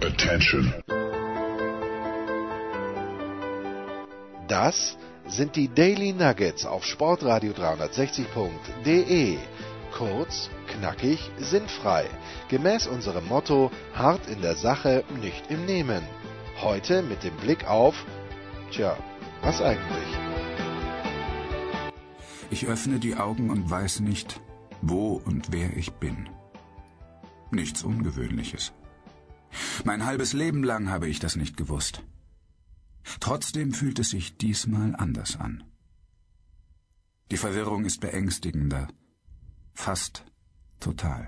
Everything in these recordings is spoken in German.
Attention. Das sind die Daily Nuggets auf Sportradio 360.de. Kurz, knackig, sinnfrei. Gemäß unserem Motto: hart in der Sache, nicht im Nehmen. Heute mit dem Blick auf, was eigentlich? Ich öffne die Augen und weiß nicht, wo und wer ich bin. Nichts Ungewöhnliches. Mein halbes Leben lang habe ich das nicht gewusst. Trotzdem fühlt es sich diesmal anders an. Die Verwirrung ist beängstigender, fast total.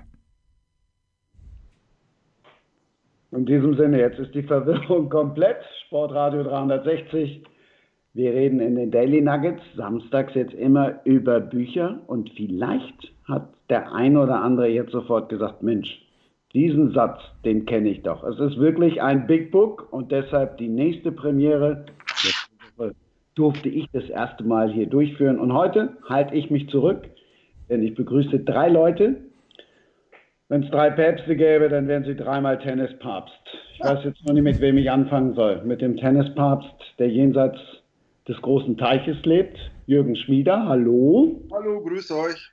In diesem Sinne, jetzt ist die Verwirrung komplett. Sportradio 360. Wir reden in den Daily Nuggets samstags jetzt immer über Bücher und vielleicht hat der eine oder andere jetzt sofort gesagt, Mensch, diesen Satz, den kenne ich doch. Es ist wirklich ein Big Book und deshalb die nächste Premiere. Letzte Woche durfte ich das erste Mal hier durchführen und heute halte ich mich zurück, denn ich begrüße 3 Leute. Wenn es 3 Päpste gäbe, dann wären sie 3-mal Tennispapst. Ich weiß jetzt noch nicht, mit wem ich anfangen soll. Mit dem Tennispapst, der jenseits des großen Teiches lebt, Jürgen Schmieder. Hallo. Hallo, grüß euch.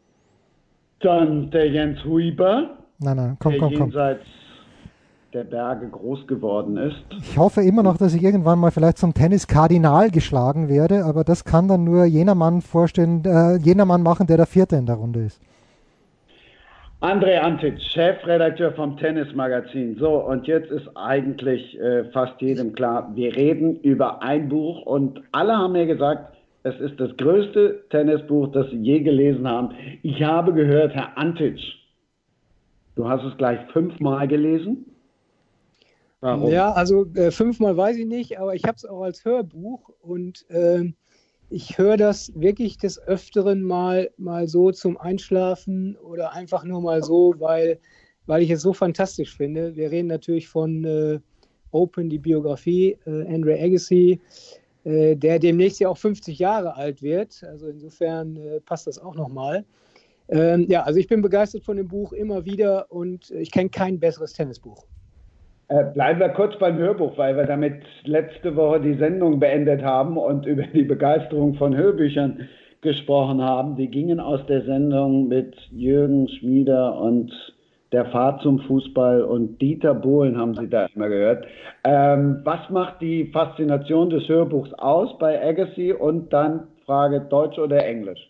Dann der Jens Huiber. Nein, komm. Jenseits der Berge groß geworden ist. Ich hoffe immer noch, dass ich irgendwann mal vielleicht zum Tennis-Kardinal geschlagen werde, aber das kann dann nur jener Mann machen, der der Vierte in der Runde ist. André Antic, Chefredakteur vom Tennismagazin. So, und jetzt ist eigentlich fast jedem klar, wir reden über ein Buch und alle haben mir gesagt, es ist das größte Tennisbuch, das sie je gelesen haben. Ich habe gehört, Herr Antic, du hast es gleich 5-mal gelesen? Warum? Ja, also 5-mal weiß ich nicht, aber ich habe es auch als Hörbuch und ich höre das wirklich des Öfteren mal so zum Einschlafen oder einfach nur mal so, weil ich es so fantastisch finde. Wir reden natürlich von Open, die Biografie, Andre Agassi, der demnächst ja auch 50 Jahre alt wird. Also insofern passt das auch nochmal. Also ich bin begeistert von dem Buch immer wieder und ich kenne kein besseres Tennisbuch. Bleiben wir kurz beim Hörbuch, weil wir damit letzte Woche die Sendung beendet haben und über die Begeisterung von Hörbüchern gesprochen haben. Die gingen aus der Sendung mit Jürgen Schmieder und der Fahrt zum Fußball und Dieter Bohlen haben Sie da immer gehört. Was macht die Faszination des Hörbuchs aus bei Agassi? Und dann Frage, Deutsch oder Englisch?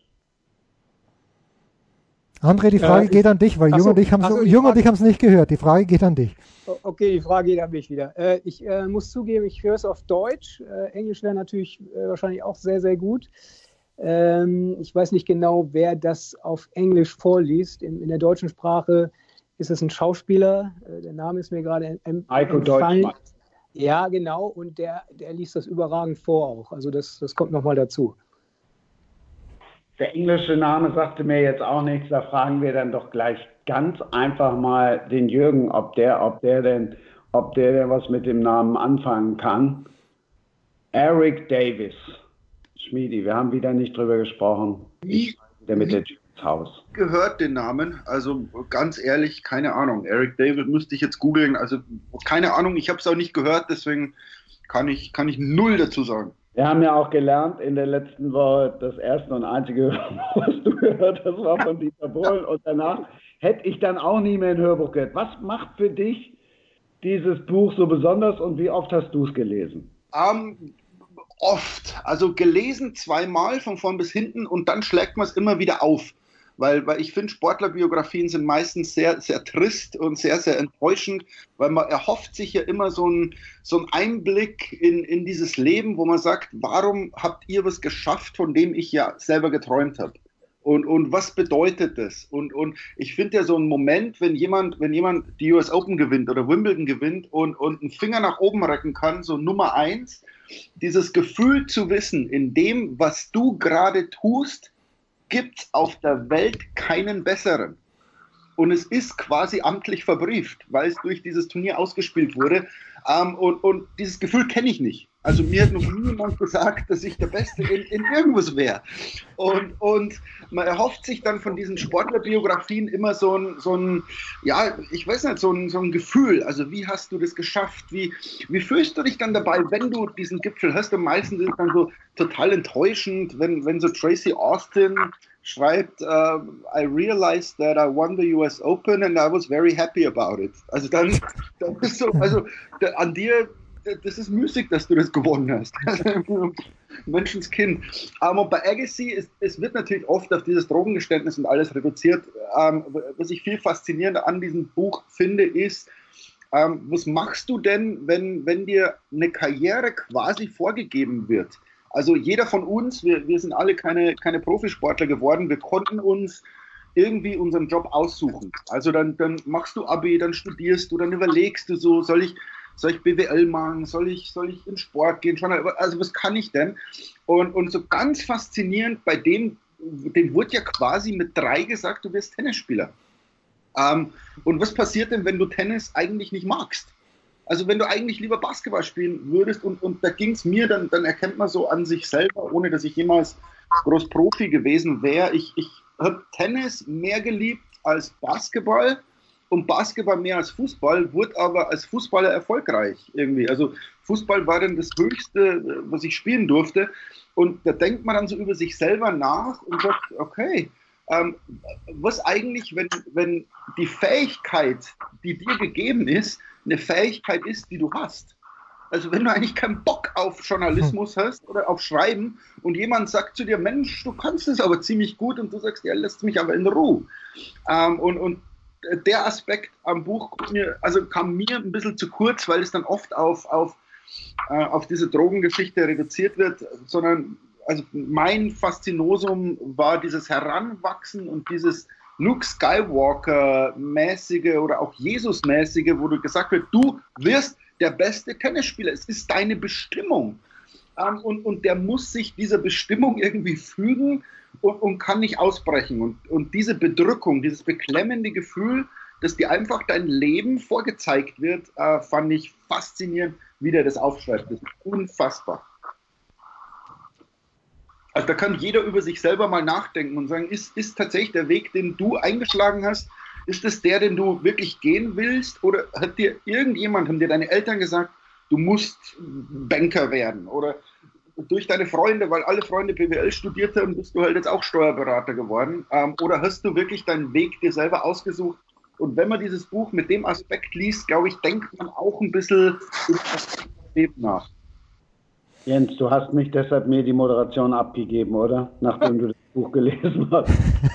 André, die Frage geht an dich, weil Jung und ich haben es nicht gehört. Die Frage geht an dich. Okay, die Frage geht an mich wieder. Ich muss zugeben, ich höre es auf Deutsch. Englisch wäre natürlich wahrscheinlich auch sehr, sehr gut. Ich weiß nicht genau, wer das auf Englisch vorliest. In der deutschen Sprache ist es ein Schauspieler. Der Name ist mir gerade entfallen. Ja, genau. Und der liest das überragend vor auch. Also das kommt nochmal dazu. Der englische Name sagte mir jetzt auch nichts, da fragen wir dann doch gleich ganz einfach mal den Jürgen, ob der denn was mit dem Namen anfangen kann. Eric Davis. Schmiedi, wir haben wieder nicht drüber gesprochen. Der mit der Tür ins Haus. Gehört den Namen, also ganz ehrlich, keine Ahnung. Eric Davis müsste ich jetzt googeln, also keine Ahnung, ich habe es auch nicht gehört, deswegen kann ich null dazu sagen. Wir haben ja auch gelernt in der letzten Woche, das erste und einzige, was du gehört hast, war von Dieter Bohlen. Und danach hätte ich dann auch nie mehr ein Hörbuch gehört. Was macht für dich dieses Buch so besonders und wie oft hast du es gelesen? Oft. Also gelesen 2-mal von vorn bis hinten und dann schlägt man es immer wieder auf. Weil ich finde, Sportlerbiografien sind meistens sehr, sehr trist und sehr, sehr enttäuschend, weil man erhofft sich ja immer so einen Einblick in dieses Leben, wo man sagt, warum habt ihr was geschafft, von dem ich ja selber geträumt habe? Und was bedeutet das? Und ich finde ja so einen Moment, wenn jemand die US Open gewinnt oder Wimbledon gewinnt und einen Finger nach oben recken kann, so Nummer 1, dieses Gefühl zu wissen, in dem, was du gerade tust, gibt es auf der Welt keinen besseren. Und es ist quasi amtlich verbrieft, weil es durch dieses Turnier ausgespielt wurde. Und dieses Gefühl kenne ich nicht. Also mir hat noch niemand gesagt, dass ich der Beste in irgendwas wäre. Und man erhofft sich dann von diesen Sportlerbiografien immer so ein ja, ich weiß nicht, so ein Gefühl. Also wie hast du das geschafft? Wie fühlst du dich dann dabei, wenn du diesen Gipfel hast? Und meistens ist es dann so total enttäuschend, wenn so Tracy Austin schreibt, I realized that I won the US Open and I was very happy about it. Also dann ist so, also an dir, das ist müßig, dass du das gewonnen hast. Menschenskind. Und bei Agassi, es wird natürlich oft auf dieses Drogengeständnis und alles reduziert. Was ich viel faszinierender an diesem Buch finde, ist, was machst du denn, wenn dir eine Karriere quasi vorgegeben wird? Also jeder von uns, wir sind alle keine Profisportler geworden, wir konnten uns irgendwie unseren Job aussuchen. Also dann machst du Abi, dann studierst du, dann überlegst du so, soll ich BWL machen, soll ich in Sport gehen, also was kann ich denn? Und so ganz faszinierend, bei dem wurde ja quasi mit 3 gesagt, du wirst Tennisspieler. Und was passiert denn, wenn du Tennis eigentlich nicht magst? Also wenn du eigentlich lieber Basketball spielen würdest und da ging es mir, dann erkennt man so an sich selber, ohne dass ich jemals groß Profi gewesen wäre. Ich habe Tennis mehr geliebt als Basketball und Basketball mehr als Fußball, wurde aber als Fußballer erfolgreich irgendwie. Also Fußball war dann das Höchste, was ich spielen durfte. Und da denkt man dann so über sich selber nach und sagt, okay, was eigentlich, wenn die Fähigkeit, die dir gegeben ist, eine Fähigkeit ist, die du hast. Also wenn du eigentlich keinen Bock auf Journalismus hast oder auf Schreiben und jemand sagt zu dir, Mensch, du kannst es aber ziemlich gut und du sagst, ja, lässt mich aber in Ruhe. Und der Aspekt am Buch kam mir ein bisschen zu kurz, weil es dann oft auf diese Drogengeschichte reduziert wird, sondern also mein Faszinosum war dieses Heranwachsen und dieses Luke Skywalker-mäßige oder auch Jesus-mäßige, wo du gesagt wird, du wirst der beste Tennisspieler. Es ist deine Bestimmung. Und der muss sich dieser Bestimmung irgendwie fügen und kann nicht ausbrechen. Und diese Bedrückung, dieses beklemmende Gefühl, dass dir einfach dein Leben vorgezeigt wird, fand ich faszinierend, wie der das aufschreibt. Das ist unfassbar. Also da kann jeder über sich selber mal nachdenken und sagen, ist tatsächlich der Weg, den du eingeschlagen hast, ist es der, den du wirklich gehen willst? Oder haben dir deine Eltern gesagt, du musst Banker werden? Oder durch deine Freunde, weil alle Freunde BWL studiert haben, bist du halt jetzt auch Steuerberater geworden? Oder hast du wirklich deinen Weg dir selber ausgesucht? Und wenn man dieses Buch mit dem Aspekt liest, glaube ich, denkt man auch ein bisschen über das Leben nach. Jens, du hast nicht deshalb mir die Moderation abgegeben, oder? Nachdem du das Buch gelesen hast.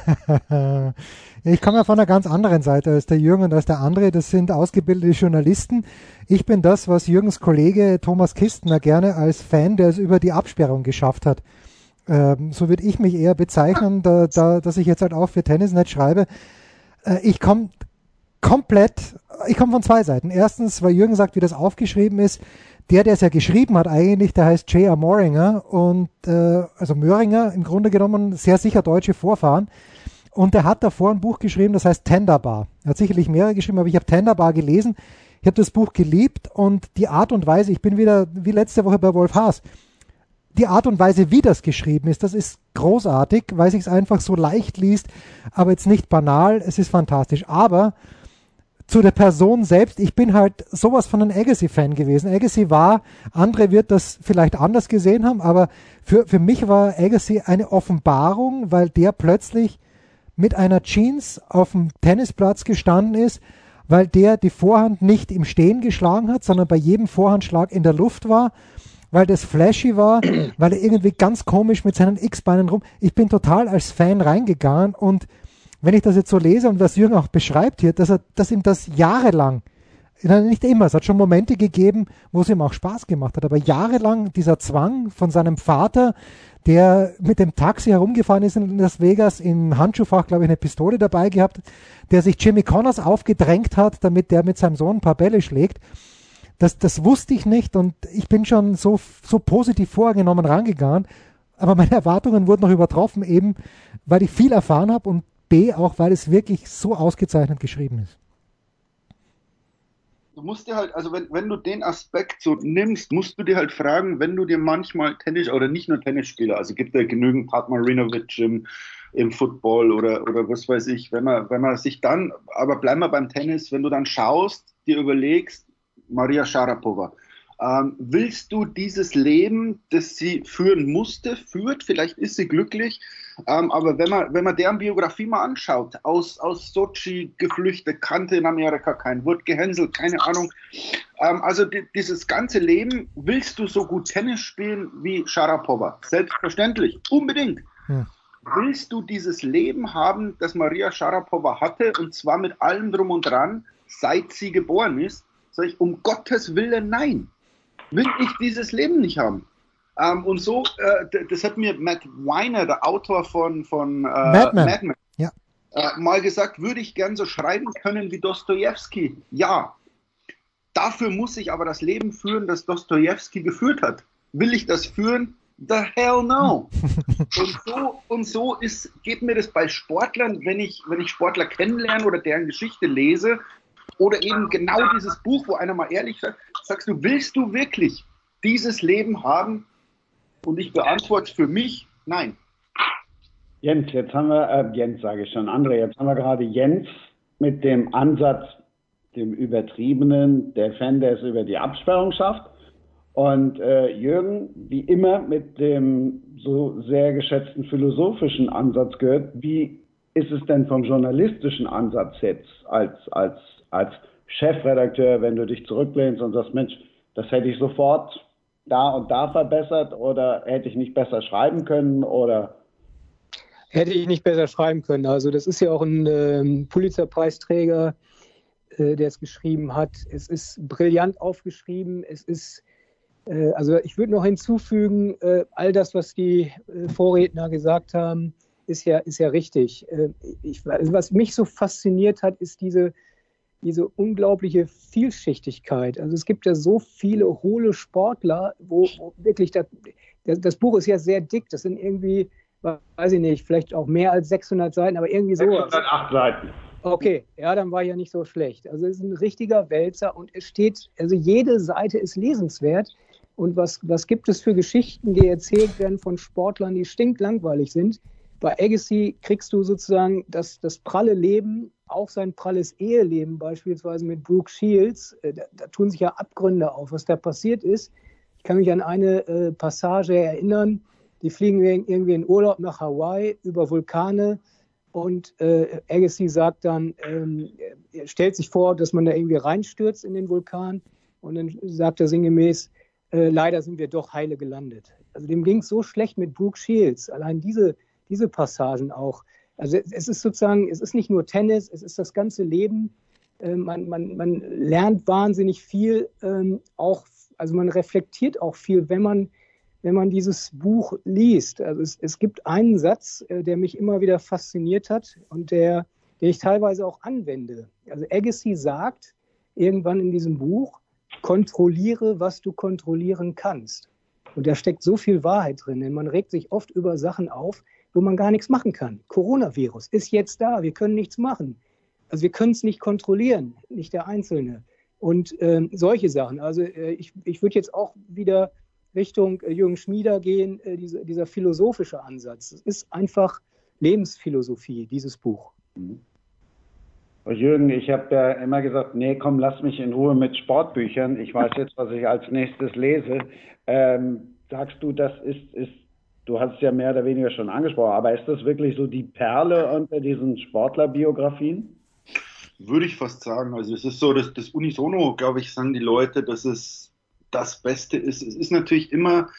Ich komme ja von einer ganz anderen Seite als der Jürgen und als der André. Das sind ausgebildete Journalisten. Ich bin das, was Jürgens Kollege Thomas Kistner gerne als Fan, der es über die Absperrung geschafft hat. So würde ich mich eher bezeichnen, dass ich jetzt halt auch für Tennisnet schreibe. Ich komme von 2 Seiten. Erstens, weil Jürgen sagt, wie das aufgeschrieben ist. Der es ja geschrieben hat eigentlich, der heißt J.R. Moringer und also Möhringer im Grunde genommen, sehr sicher deutsche Vorfahren. Und der hat davor ein Buch geschrieben, das heißt Tenderbar. Er hat sicherlich mehrere geschrieben, aber ich habe Tenderbar gelesen. Ich habe das Buch geliebt und die Art und Weise, ich bin wieder wie letzte Woche bei Wolf Haas, die Art und Weise, wie das geschrieben ist, das ist großartig, weil sich es einfach so leicht liest, aber jetzt nicht banal, es ist fantastisch. Aber zu der Person selbst, ich bin halt sowas von einem Agassi-Fan gewesen. Agassi war, andere wird das vielleicht anders gesehen haben, aber für mich war Agassi eine Offenbarung, weil der plötzlich mit einer Jeans auf dem Tennisplatz gestanden ist, weil der die Vorhand nicht im Stehen geschlagen hat, sondern bei jedem Vorhandschlag in der Luft war, weil das flashy war, weil er irgendwie ganz komisch mit seinen X-Beinen ich bin total als Fan reingegangen und wenn ich das jetzt so lese und was Jürgen auch beschreibt hier, dass ihm das jahrelang, nicht immer, es hat schon Momente gegeben, wo es ihm auch Spaß gemacht hat, aber jahrelang dieser Zwang von seinem Vater, der mit dem Taxi herumgefahren ist in Las Vegas, im Handschuhfach, glaube ich, eine Pistole dabei gehabt, der sich Jimmy Connors aufgedrängt hat, damit der mit seinem Sohn ein paar Bälle schlägt. Das wusste ich nicht und ich bin schon so positiv vorgenommen rangegangen, aber meine Erwartungen wurden noch übertroffen, eben weil ich viel erfahren habe und B, auch weil es wirklich so ausgezeichnet geschrieben ist. Du musst dir halt, also wenn du den Aspekt so nimmst, musst du dir halt fragen, wenn du dir manchmal Tennis, oder nicht nur Tennisspieler, also gibt ja genügend Pat Marinovic im Football oder was weiß ich, wenn man sich dann, aber bleiben wir beim Tennis, wenn du dann schaust, dir überlegst, Maria Sharapova, willst du dieses Leben, das sie führen musste, führt, vielleicht ist sie glücklich, aber wenn man deren Biografie mal anschaut, aus Sochi geflüchtet, kannte in Amerika keinen, wurde gehänselt, keine Ahnung, also dieses ganze Leben, willst du so gut Tennis spielen wie Sharapova? Selbstverständlich, unbedingt. Willst du dieses Leben haben, das Maria Sharapova hatte, und zwar mit allem drum und dran, seit sie geboren ist? Sag ich, um Gottes Willen, nein. Will ich dieses Leben nicht haben. Und so, das hat mir Matt Weiner, der Autor von Mad Men, ja. Mal gesagt, würde ich gern so schreiben können wie Dostojewski. Ja. Dafür muss ich aber das Leben führen, das Dostojewski geführt hat. Will ich das führen? The hell no. Und so geht mir das bei Sportlern, wenn ich Sportler kennenlerne oder deren Geschichte lese, oder eben genau dieses Buch, wo einer mal ehrlich sagt, sagst du, willst du wirklich dieses Leben haben? Und ich beantworte für mich, nein. Jens, jetzt haben wir, Jens sage ich schon, André, jetzt haben wir gerade Jens mit dem Ansatz, dem Übertriebenen, der Fan, der es über die Absperrung schafft. Und Jürgen, wie immer, mit dem so sehr geschätzten philosophischen Ansatz gehört. Wie ist es denn vom journalistischen Ansatz jetzt als Chefredakteur, wenn du dich zurücklehnst und sagst, Mensch, das hätte ich sofort da und da verbessert oder hätte ich nicht besser schreiben können oder? Hätte ich nicht besser schreiben können. Also das ist ja auch ein Pulitzer-Preisträger, der es geschrieben hat. Es ist brillant aufgeschrieben. Es ist, also ich würde noch hinzufügen, all das, was die Vorredner gesagt haben, ist ja richtig. Was mich so fasziniert hat, ist diese unglaubliche Vielschichtigkeit. Also es gibt ja so viele hohle Sportler, wo wirklich, das Buch ist ja sehr dick, das sind irgendwie, weiß ich nicht, vielleicht auch mehr als 600 Seiten, aber irgendwie so. 608 Seiten. Okay, ja, dann war ich ja nicht so schlecht. Also es ist ein richtiger Wälzer und es steht, also jede Seite ist lesenswert. Und was gibt es für Geschichten, die erzählt werden von Sportlern, die stinklangweilig sind? Bei Agassi kriegst du sozusagen das pralle Leben, auch sein pralles Eheleben, beispielsweise mit Brooke Shields. Da tun sich ja Abgründe auf, was da passiert ist. Ich kann mich an eine Passage erinnern, die fliegen irgendwie in Urlaub nach Hawaii über Vulkane und Agassi sagt dann, er stellt sich vor, dass man da irgendwie reinstürzt in den Vulkan und dann sagt er sinngemäß, leider sind wir doch heile gelandet. Also dem ging es so schlecht mit Brooke Shields, allein diese Passagen auch. Also es ist sozusagen, es ist nicht nur Tennis, es ist das ganze Leben. Man lernt wahnsinnig viel, auch, also man reflektiert auch viel, wenn man dieses Buch liest. Also es gibt einen Satz, der mich immer wieder fasziniert hat und den ich teilweise auch anwende. Also Agassi sagt irgendwann in diesem Buch, kontrolliere, was du kontrollieren kannst. Und da steckt so viel Wahrheit drin, denn man regt sich oft über Sachen auf, wo man gar nichts machen kann. Coronavirus ist jetzt da, wir können nichts machen. Also wir können es nicht kontrollieren, nicht der Einzelne. Und solche Sachen. Also ich würde jetzt auch wieder Richtung Jürgen Schmieder gehen, dieser philosophische Ansatz. Es ist einfach Lebensphilosophie, dieses Buch. Jürgen, ich habe ja immer gesagt, nee, komm, lass mich in Ruhe mit Sportbüchern. Ich weiß jetzt, was ich als nächstes lese. Sagst du, das ist, du hast es ja mehr oder weniger schon angesprochen, aber ist das wirklich so die Perle unter diesen Sportlerbiografien? Würde ich fast sagen. Also es ist so, das Unisono, glaube ich, sagen die Leute, dass es das Beste ist. Es ist natürlich immer,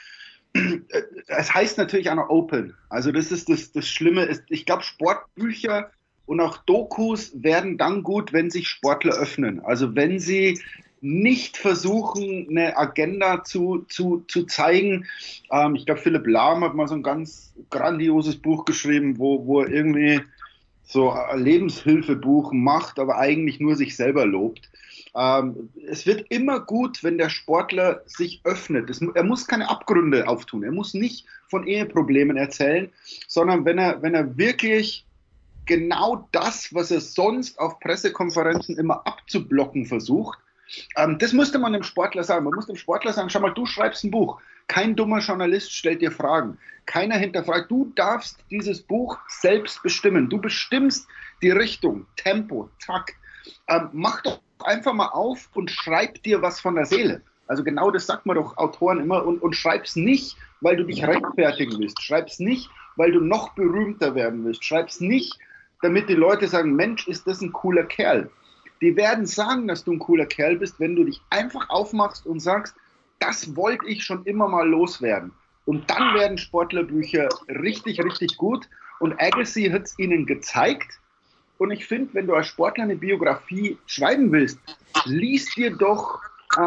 es heißt natürlich auch noch Open. Also das ist das Schlimme. Ich glaube, Sportbücher und auch Dokus werden dann gut, wenn sich Sportler öffnen. Also wenn sie nicht versuchen, eine Agenda zu zeigen. Ich glaube, Philipp Lahm hat mal so ein ganz grandioses Buch geschrieben, wo er irgendwie so ein Lebenshilfebuch macht, aber eigentlich nur sich selber lobt. Es wird immer gut, wenn der Sportler sich öffnet. Er muss keine Abgründe auftun. Er muss nicht von Eheproblemen erzählen, sondern wenn er wirklich genau das, was er sonst auf Pressekonferenzen immer abzublocken versucht, Das müsste man dem Sportler sagen. Man muss dem Sportler sagen, schau mal, du schreibst ein Buch. Kein dummer Journalist stellt dir Fragen. Keiner hinterfragt. Du darfst dieses Buch selbst bestimmen. Du bestimmst die Richtung, Tempo, Takt. Mach doch einfach mal auf und schreib dir was von der Seele. Also genau das sagt man doch Autoren immer. Und schreib's nicht, weil du dich rechtfertigen willst. Schreib's nicht, weil du noch berühmter werden willst. Schreib's nicht, damit die Leute sagen, Mensch, ist das ein cooler Kerl. Die werden sagen, dass du ein cooler Kerl bist, wenn du dich einfach aufmachst und sagst, das wollte ich schon immer mal loswerden. Und dann werden Sportlerbücher richtig, richtig gut. Und Agassi hat es ihnen gezeigt. Und ich finde, wenn du als Sportler eine Biografie schreiben willst, lies dir doch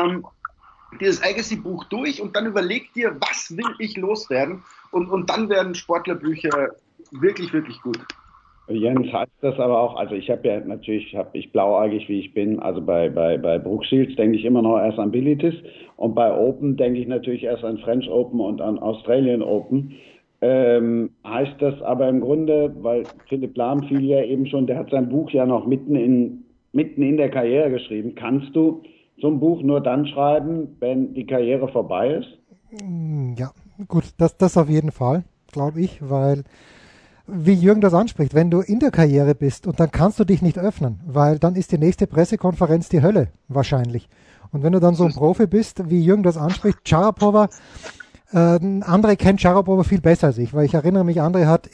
dieses Agassi-Buch durch und dann überleg dir, was will ich loswerden. Und dann werden Sportlerbücher wirklich, wirklich gut. Jens, heißt das aber auch, also ich habe ja natürlich, ich blauäugig wie ich bin, also bei Brooke Shields denke ich immer noch erst an Bilitis und bei Open denke ich natürlich erst an French Open und an Australian Open. Heißt das aber im Grunde, weil Philipp Lahm fiel ja eben schon, der hat sein Buch ja noch mitten in der Karriere geschrieben. Kannst du so ein Buch nur dann schreiben, wenn die Karriere vorbei ist? Ja, gut, das auf jeden Fall, glaube ich, weil wie Jürgen das anspricht, wenn du in der Karriere bist und dann kannst du dich nicht öffnen, weil dann ist die nächste Pressekonferenz die Hölle wahrscheinlich. Und wenn du dann so ein Profi bist, wie Jürgen das anspricht, Sharapova, André kennt Sharapova viel besser als ich, weil ich erinnere mich, André hat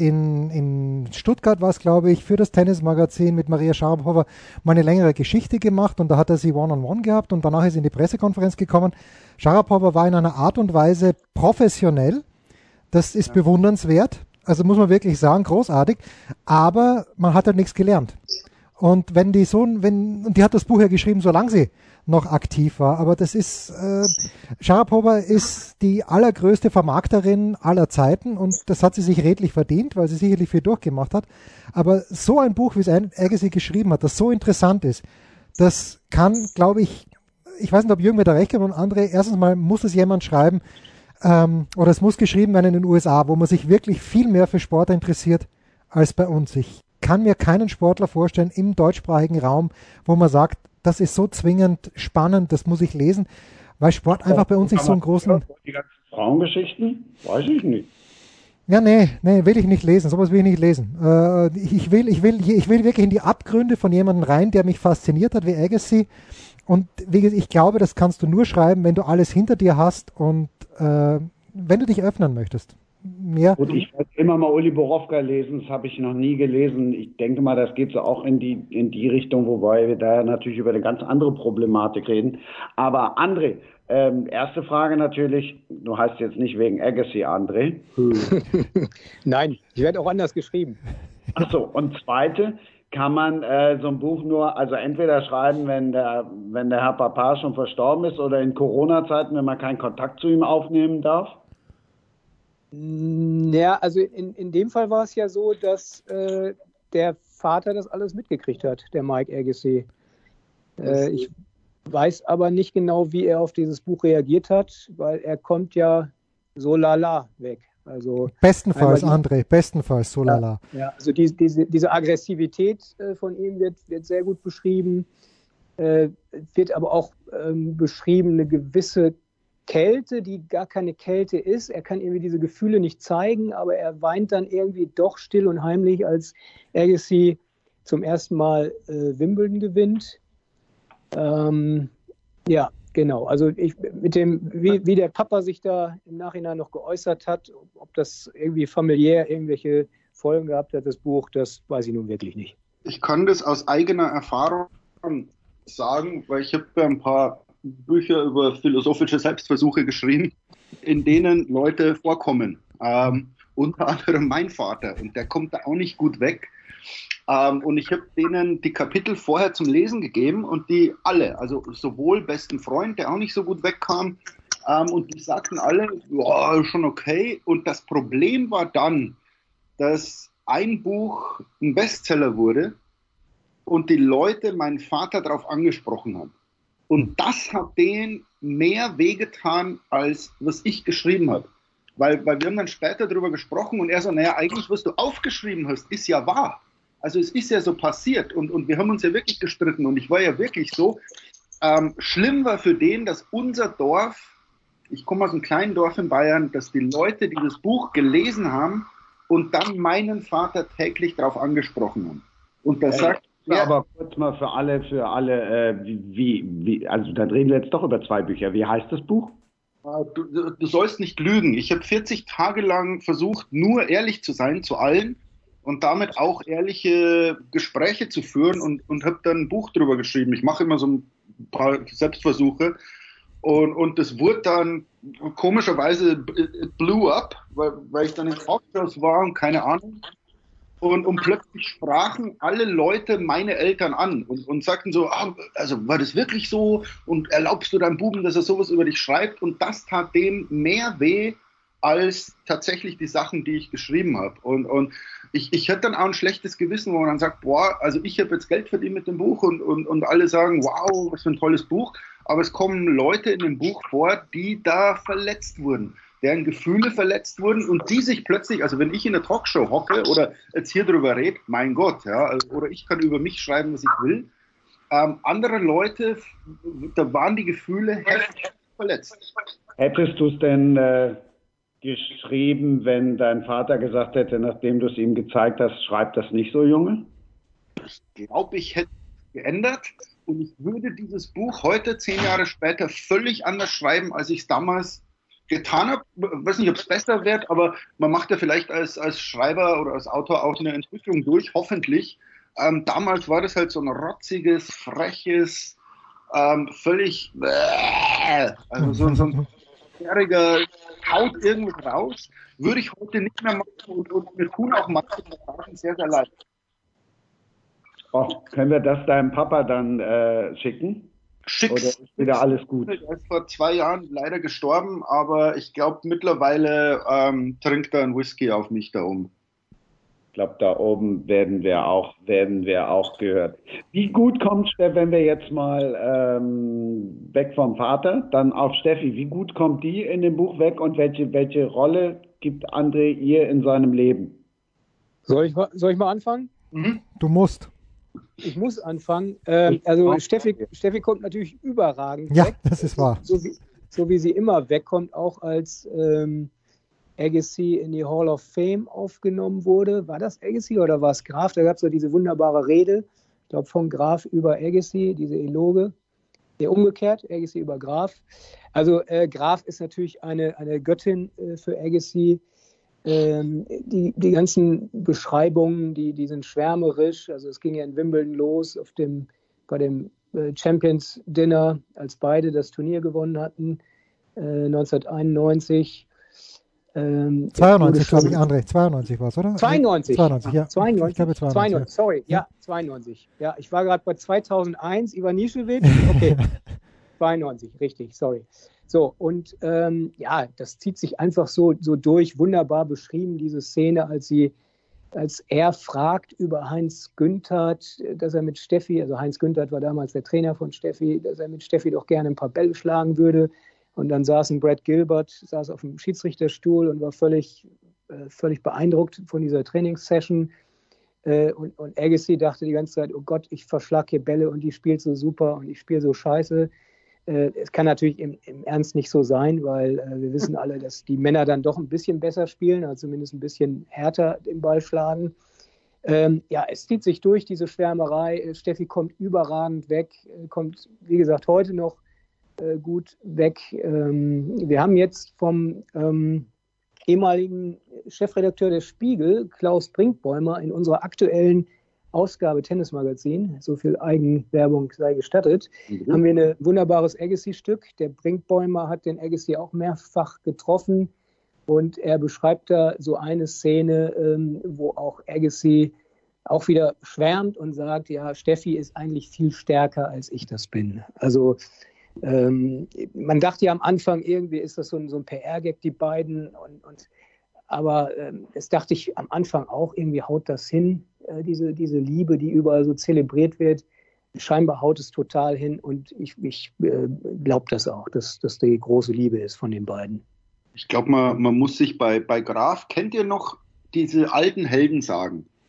in Stuttgart, war es glaube ich, für das Tennismagazin mit Maria Sharapova mal eine längere Geschichte gemacht und da hat er sie One-on-One gehabt und danach ist in die Pressekonferenz gekommen. Sharapova war in einer Art und Weise professionell, das ist bewundernswert. Also muss man wirklich sagen, großartig, aber man hat halt nichts gelernt. Und und die hat das Buch ja geschrieben, solange sie noch aktiv war, aber das ist, Sharapova ist die allergrößte Vermarkterin aller Zeiten und das hat sie sich redlich verdient, weil sie sicherlich viel durchgemacht hat. Aber so ein Buch, wie es Agassi geschrieben hat, das so interessant ist, das kann, glaube ich weiß nicht, ob Jürgen mir da recht hat und André, erstens mal muss es jemand schreiben, oder es muss geschrieben werden in den USA, wo man sich wirklich viel mehr für Sport interessiert als bei uns. Ich kann mir keinen Sportler vorstellen im deutschsprachigen Raum, wo man sagt, das ist so zwingend spannend, das muss ich lesen, weil Sport einfach bei uns nicht so einen großen... Die ganzen Frauengeschichten? Weiß ich nicht. Ja, nee, will ich nicht lesen. Sowas will ich nicht lesen. Ich will wirklich in die Abgründe von jemandem rein, der mich fasziniert hat, wie Agassi. Und wie gesagt, ich glaube, das kannst du nur schreiben, wenn du alles hinter dir hast und wenn du dich öffnen möchtest. Mehr. Gut, ich wollte immer mal Uli Borowka lesen, das habe ich noch nie gelesen. Ich denke mal, das geht so auch in die Richtung, wobei wir da natürlich über eine ganz andere Problematik reden. Aber André, erste Frage natürlich, du heißt jetzt nicht wegen Agassi André. Nein, ich werde auch anders geschrieben. Ach so, und zweite, kann man so ein Buch nur, also entweder schreiben, wenn der Herr Papa schon verstorben ist oder in Corona-Zeiten, wenn man keinen Kontakt zu ihm aufnehmen darf? Ja, also in dem Fall war es ja so, dass der Vater das alles mitgekriegt hat, der Mike Agassi. Ich weiß aber nicht genau, wie er auf dieses Buch reagiert hat, weil er kommt ja so lala weg. Also bestenfalls, André, bestenfalls so lala. Ja, also diese Aggressivität von ihm wird sehr gut beschrieben, wird aber auch beschrieben, eine gewisse Kälte, die gar keine Kälte ist. Er kann irgendwie diese Gefühle nicht zeigen, aber er weint dann irgendwie doch still und heimlich, als Agassi zum ersten Mal Wimbledon gewinnt. Ja, genau. Also wie der Papa sich da im Nachhinein noch geäußert hat, ob das irgendwie familiär irgendwelche Folgen gehabt hat, das Buch, das weiß ich nun wirklich nicht. Ich kann das aus eigener Erfahrung sagen, weil ich habe ein paar Bücher über philosophische Selbstversuche geschrieben, in denen Leute vorkommen. Unter anderem mein Vater. Und der kommt da auch nicht gut weg. Und ich habe denen die Kapitel vorher zum Lesen gegeben und die alle, also sowohl besten Freund, der auch nicht so gut wegkam, und die sagten alle, ja, schon okay. Und das Problem war dann, dass ein Buch ein Bestseller wurde und die Leute meinen Vater darauf angesprochen haben. Und das hat denen mehr wehgetan, als was ich geschrieben habe. Weil wir haben dann später darüber gesprochen und er so, naja, eigentlich, was du aufgeschrieben hast, ist ja wahr. Also es ist ja so passiert und wir haben uns ja wirklich gestritten und ich war ja wirklich so. Schlimm war für den, dass unser Dorf, ich komme aus einem kleinen Dorf in Bayern, dass die Leute dieses Buch gelesen haben und dann meinen Vater täglich darauf angesprochen haben. Und da sagt ja, aber kurz mal für alle, also dann reden wir jetzt doch über 2 Bücher. Wie heißt das Buch? Du sollst nicht lügen. Ich habe 40 Tage lang versucht, nur ehrlich zu sein zu allen und damit auch ehrliche Gespräche zu führen und habe dann ein Buch drüber geschrieben. Ich mache immer so ein paar Selbstversuche. Und das wurde dann komischerweise blew up, weil ich dann in Talkshows war und keine Ahnung. Und plötzlich sprachen alle Leute meine Eltern an und sagten so, also war das wirklich so? Und erlaubst du deinem Buben, dass er sowas über dich schreibt? Und das tat dem mehr weh als tatsächlich die Sachen, die ich geschrieben habe. Und ich hatte dann auch ein schlechtes Gewissen, wo man dann sagt, boah, also ich habe jetzt Geld verdient mit dem Buch und alle sagen, wow, was für ein tolles Buch. Aber es kommen Leute in dem Buch vor, die da verletzt wurden, deren Gefühle verletzt wurden und die sich plötzlich, also wenn ich in einer Talkshow hocke oder jetzt hier drüber rede, mein Gott, ja, oder ich kann über mich schreiben, was ich will. Andere Leute, da waren die Gefühle heftig verletzt. Hättest du es denn geschrieben, wenn dein Vater gesagt hätte, nachdem du es ihm gezeigt hast, schreib das nicht so, Junge? Ich glaube, ich hätte es geändert und ich würde dieses Buch heute, 10 Jahre später, völlig anders schreiben, als ich es damals getan habe. Ich weiß nicht, ob es besser wird, aber man macht ja vielleicht als Schreiber oder als Autor auch eine Entwicklung durch, hoffentlich. Damals war das halt so ein rotziges, freches, völlig also so ein jähriger haut irgendwas raus, würde ich heute nicht mehr machen und mir tun auch manche Passagen sehr, sehr leid. Oh, können wir das deinem Papa dann schicken? Oder ist wieder alles gut? Er ist vor 2 Jahren leider gestorben, aber ich glaube mittlerweile trinkt er einen Whisky auf mich da oben. Ich glaube, da oben werden wir auch gehört. Wie gut kommt Steffi, wenn wir jetzt mal weg vom Vater, dann auf Steffi, wie gut kommt die in dem Buch weg und welche Rolle gibt André ihr in seinem Leben? Soll ich mal anfangen? Mhm. Du musst. Ich muss anfangen. Also Steffi kommt natürlich überragend weg. Ja, das ist wahr. So wie sie immer wegkommt, auch als Agassi in die Hall of Fame aufgenommen wurde. War das Agassi oder war es Graf? Da gab es so diese wunderbare Rede, ich glaube von Graf über Agassi, diese Eloge. Ja, umgekehrt, Agassi über Graf. Also Graf ist natürlich eine Göttin für Agassi. Die ganzen Beschreibungen, die sind schwärmerisch. Also es ging ja in Wimbledon los bei dem Champions Dinner, als beide das Turnier gewonnen hatten, 1991. 92, glaube ich, André. 92 war es, oder? 92. 92, ja. 92, ich glaube 92. Sorry, ja, 92. Ja, ich war gerade bei 2001, Ivanišević. Okay, 92, richtig, sorry. So, und das zieht sich einfach so durch. Wunderbar beschrieben, diese Szene, als er fragt über Heinz Günthert, dass er mit Steffi, also Heinz Günthert war damals der Trainer von Steffi, dass er mit Steffi doch gerne ein paar Bälle schlagen würde. Und dann saß Brad Gilbert auf dem Schiedsrichterstuhl und war völlig beeindruckt von dieser Trainingssession. Und Agassi dachte die ganze Zeit, oh Gott, ich verschlag hier Bälle und die spielt so super und ich spiele so scheiße. Es kann natürlich im Ernst nicht so sein, weil wir wissen alle, dass die Männer dann doch ein bisschen besser spielen, also zumindest ein bisschen härter den Ball schlagen. Es zieht sich durch, diese Schwärmerei. Steffi kommt überragend weg, kommt, wie gesagt, heute noch gut weg. Wir haben jetzt vom ehemaligen Chefredakteur des Spiegel, Klaus Brinkbäumer, in unserer aktuellen Ausgabe Tennismagazin, so viel Eigenwerbung sei gestattet, haben wir ein wunderbares Agassi-Stück. Der Brinkbäumer hat den Agassi auch mehrfach getroffen und er beschreibt da so eine Szene, wo auch Agassi auch wieder schwärmt und sagt, ja, Steffi ist eigentlich viel stärker, als ich das bin. Also man dachte ja am Anfang, irgendwie ist das so ein PR-Gag, die beiden, aber das dachte ich am Anfang auch, irgendwie haut das hin, diese Liebe, die überall so zelebriert wird. Scheinbar haut es total hin und ich glaube das auch, dass das die große Liebe ist von den beiden. Ich glaube, man muss sich bei Graf, kennt ihr noch diese alten Heldensagen?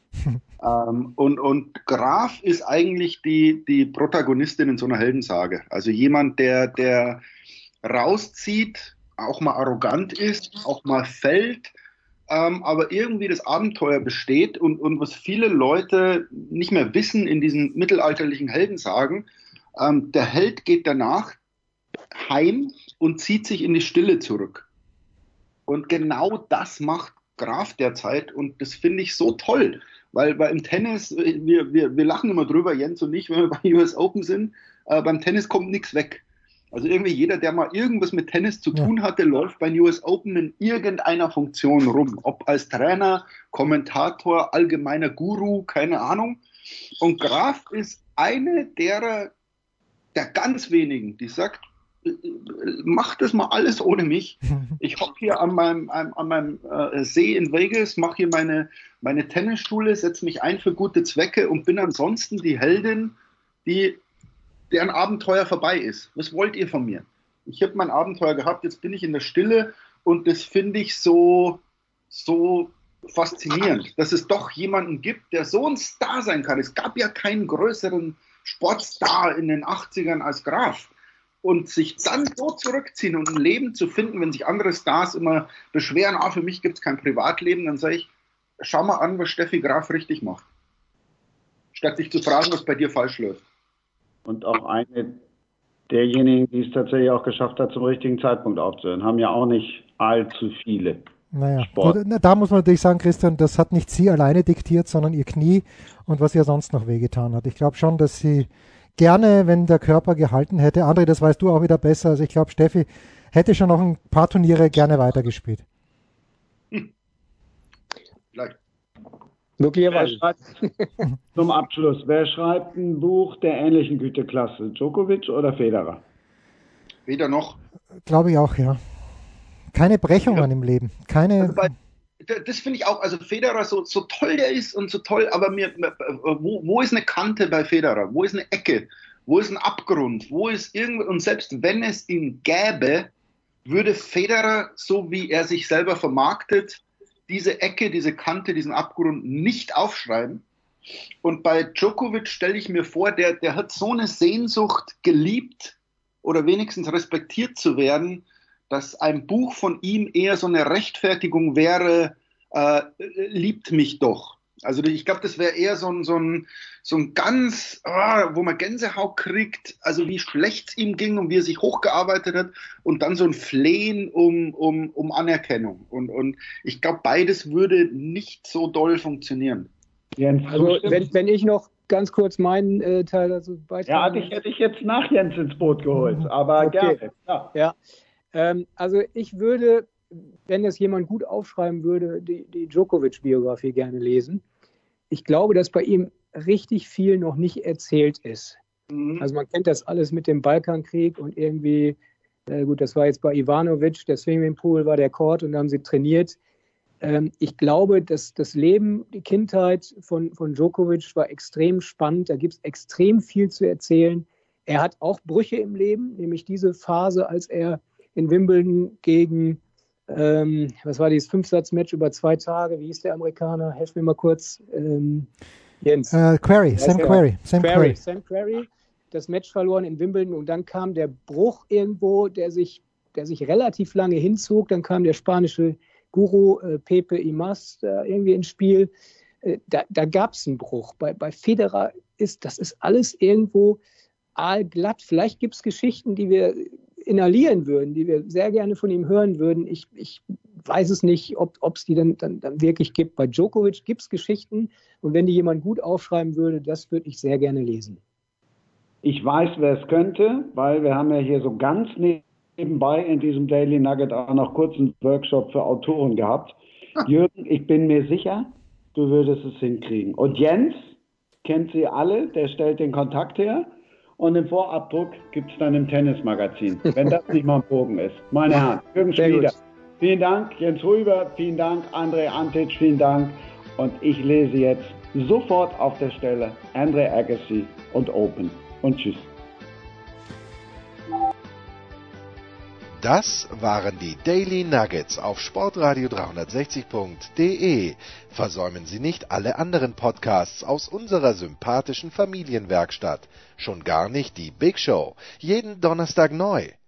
Und Graf ist eigentlich die Protagonistin in so einer Heldensage. Also jemand, der rauszieht, auch mal arrogant ist, auch mal fällt, aber irgendwie das Abenteuer besteht und was viele Leute nicht mehr wissen in diesen mittelalterlichen Heldensagen, der Held geht danach heim und zieht sich in die Stille zurück. Und genau das macht Graf derzeit und das finde ich so toll, weil im Tennis, wir lachen immer drüber, Jens und ich, wenn wir bei US Open sind, beim Tennis kommt nichts weg. Also irgendwie jeder, der mal irgendwas mit Tennis zu tun hatte, läuft bei US Open in irgendeiner Funktion rum. Ob als Trainer, Kommentator, allgemeiner Guru, keine Ahnung. Und Graf ist eine der ganz wenigen, die sagt, mach das mal alles ohne mich. Ich hocke hier an meinem See in Vegas, mache hier meine Tennisschule, setze mich ein für gute Zwecke und bin ansonsten die Heldin, deren Abenteuer vorbei ist. Was wollt ihr von mir? Ich habe mein Abenteuer gehabt, jetzt bin ich in der Stille und das finde ich so faszinierend, dass es doch jemanden gibt, der so ein Star sein kann. Es gab ja keinen größeren Sportstar in den 80ern als Graf. Und sich dann so zurückziehen und ein Leben zu finden, wenn sich andere Stars immer beschweren, für mich gibt es kein Privatleben, dann sage ich, schau mal an, was Steffi Graf richtig macht. Statt dich zu fragen, was bei dir falsch läuft. Und auch eine derjenigen, die es tatsächlich auch geschafft hat, zum richtigen Zeitpunkt aufzuhören, haben ja auch nicht allzu viele. Naja, gut, da muss man natürlich sagen, Christian, das hat nicht sie alleine diktiert, sondern ihr Knie und was ihr sonst noch wehgetan hat. Ich glaube schon, dass sie gerne, wenn der Körper gehalten hätte. André, das weißt du auch wieder besser. Also ich glaube, Steffi hätte schon noch ein paar Turniere gerne weitergespielt. Zum Abschluss, wer schreibt ein Buch der ähnlichen Güteklasse? Djokovic oder Federer? Weder noch. Glaube ich auch, ja. Keine Brechungen im Leben. Keine. Also das finde ich auch, also Federer, so toll der ist und so toll, aber wo ist eine Kante bei Federer? Wo ist eine Ecke? Wo ist ein Abgrund? Wo ist irgendwo, und selbst wenn es ihn gäbe, würde Federer, so wie er sich selber vermarktet, diese Ecke, diese Kante, diesen Abgrund nicht aufschreiben. Und bei Djokovic stelle ich mir vor, der hat so eine Sehnsucht, geliebt oder wenigstens respektiert zu werden, dass ein Buch von ihm eher so eine Rechtfertigung wäre, liebt mich doch. Also ich glaube, das wäre eher so ein ganz, wo man Gänsehaut kriegt, also wie schlecht es ihm ging und wie er sich hochgearbeitet hat und dann so ein Flehen um Anerkennung. Und ich glaube, beides würde nicht so doll funktionieren. Jens, also wenn ich noch ganz kurz meinen Teil dazu beitragen. Ja, hätte ich jetzt nach Jens ins Boot geholt, aber okay. Gerne. Ja. Also ich würde, wenn das jemand gut aufschreiben würde, die Djokovic-Biografie gerne lesen. Ich glaube, dass bei ihm richtig viel noch nicht erzählt ist. Also man kennt das alles mit dem Balkankrieg und irgendwie, gut, das war jetzt bei Ivanovic, der Swimmingpool war der Court und da haben sie trainiert. Ich glaube, dass das Leben, die Kindheit von Djokovic war extrem spannend. Da gibt es extrem viel zu erzählen. Er hat auch Brüche im Leben, nämlich diese Phase, als er in Wimbledon gegen, was war dieses 5-Satz-Match über 2 Tage? Wie hieß der Amerikaner? Helf mir mal kurz. Jens. Sam Querrey. Das Match verloren in Wimbledon und dann kam der Bruch irgendwo, der sich relativ lange hinzog. Dann kam der spanische Guru Pepe Imaz irgendwie ins Spiel. Da gab es einen Bruch. Bei Federer ist alles irgendwo aalglatt. Vielleicht gibt es Geschichten, die wir inhalieren würden, die wir sehr gerne von ihm hören würden. Ich weiß es nicht, ob es die dann wirklich gibt. Bei Djokovic gibt es Geschichten und wenn die jemand gut aufschreiben würde, das würde ich sehr gerne lesen. Ich weiß, wer es könnte, weil wir haben ja hier so ganz nebenbei in diesem Daily Nugget auch noch kurz einen Workshop für Autoren gehabt. Jürgen, ich bin mir sicher, du würdest es hinkriegen. Und Jens kennt sie alle, der stellt den Kontakt her. Und den Vorabdruck gibt es dann im Tennismagazin, wenn das nicht mal ein Bogen ist. Meine Herren, Jürgen Schmieder, vielen Dank. Jens Rüber, vielen Dank. André Antic, vielen Dank. Und ich lese jetzt sofort auf der Stelle Andre Agassi und Open. Und tschüss. Das waren die Daily Nuggets auf Sportradio 360.de. Versäumen Sie nicht alle anderen Podcasts aus unserer sympathischen Familienwerkstatt. Schon gar nicht die Big Show. Jeden Donnerstag neu.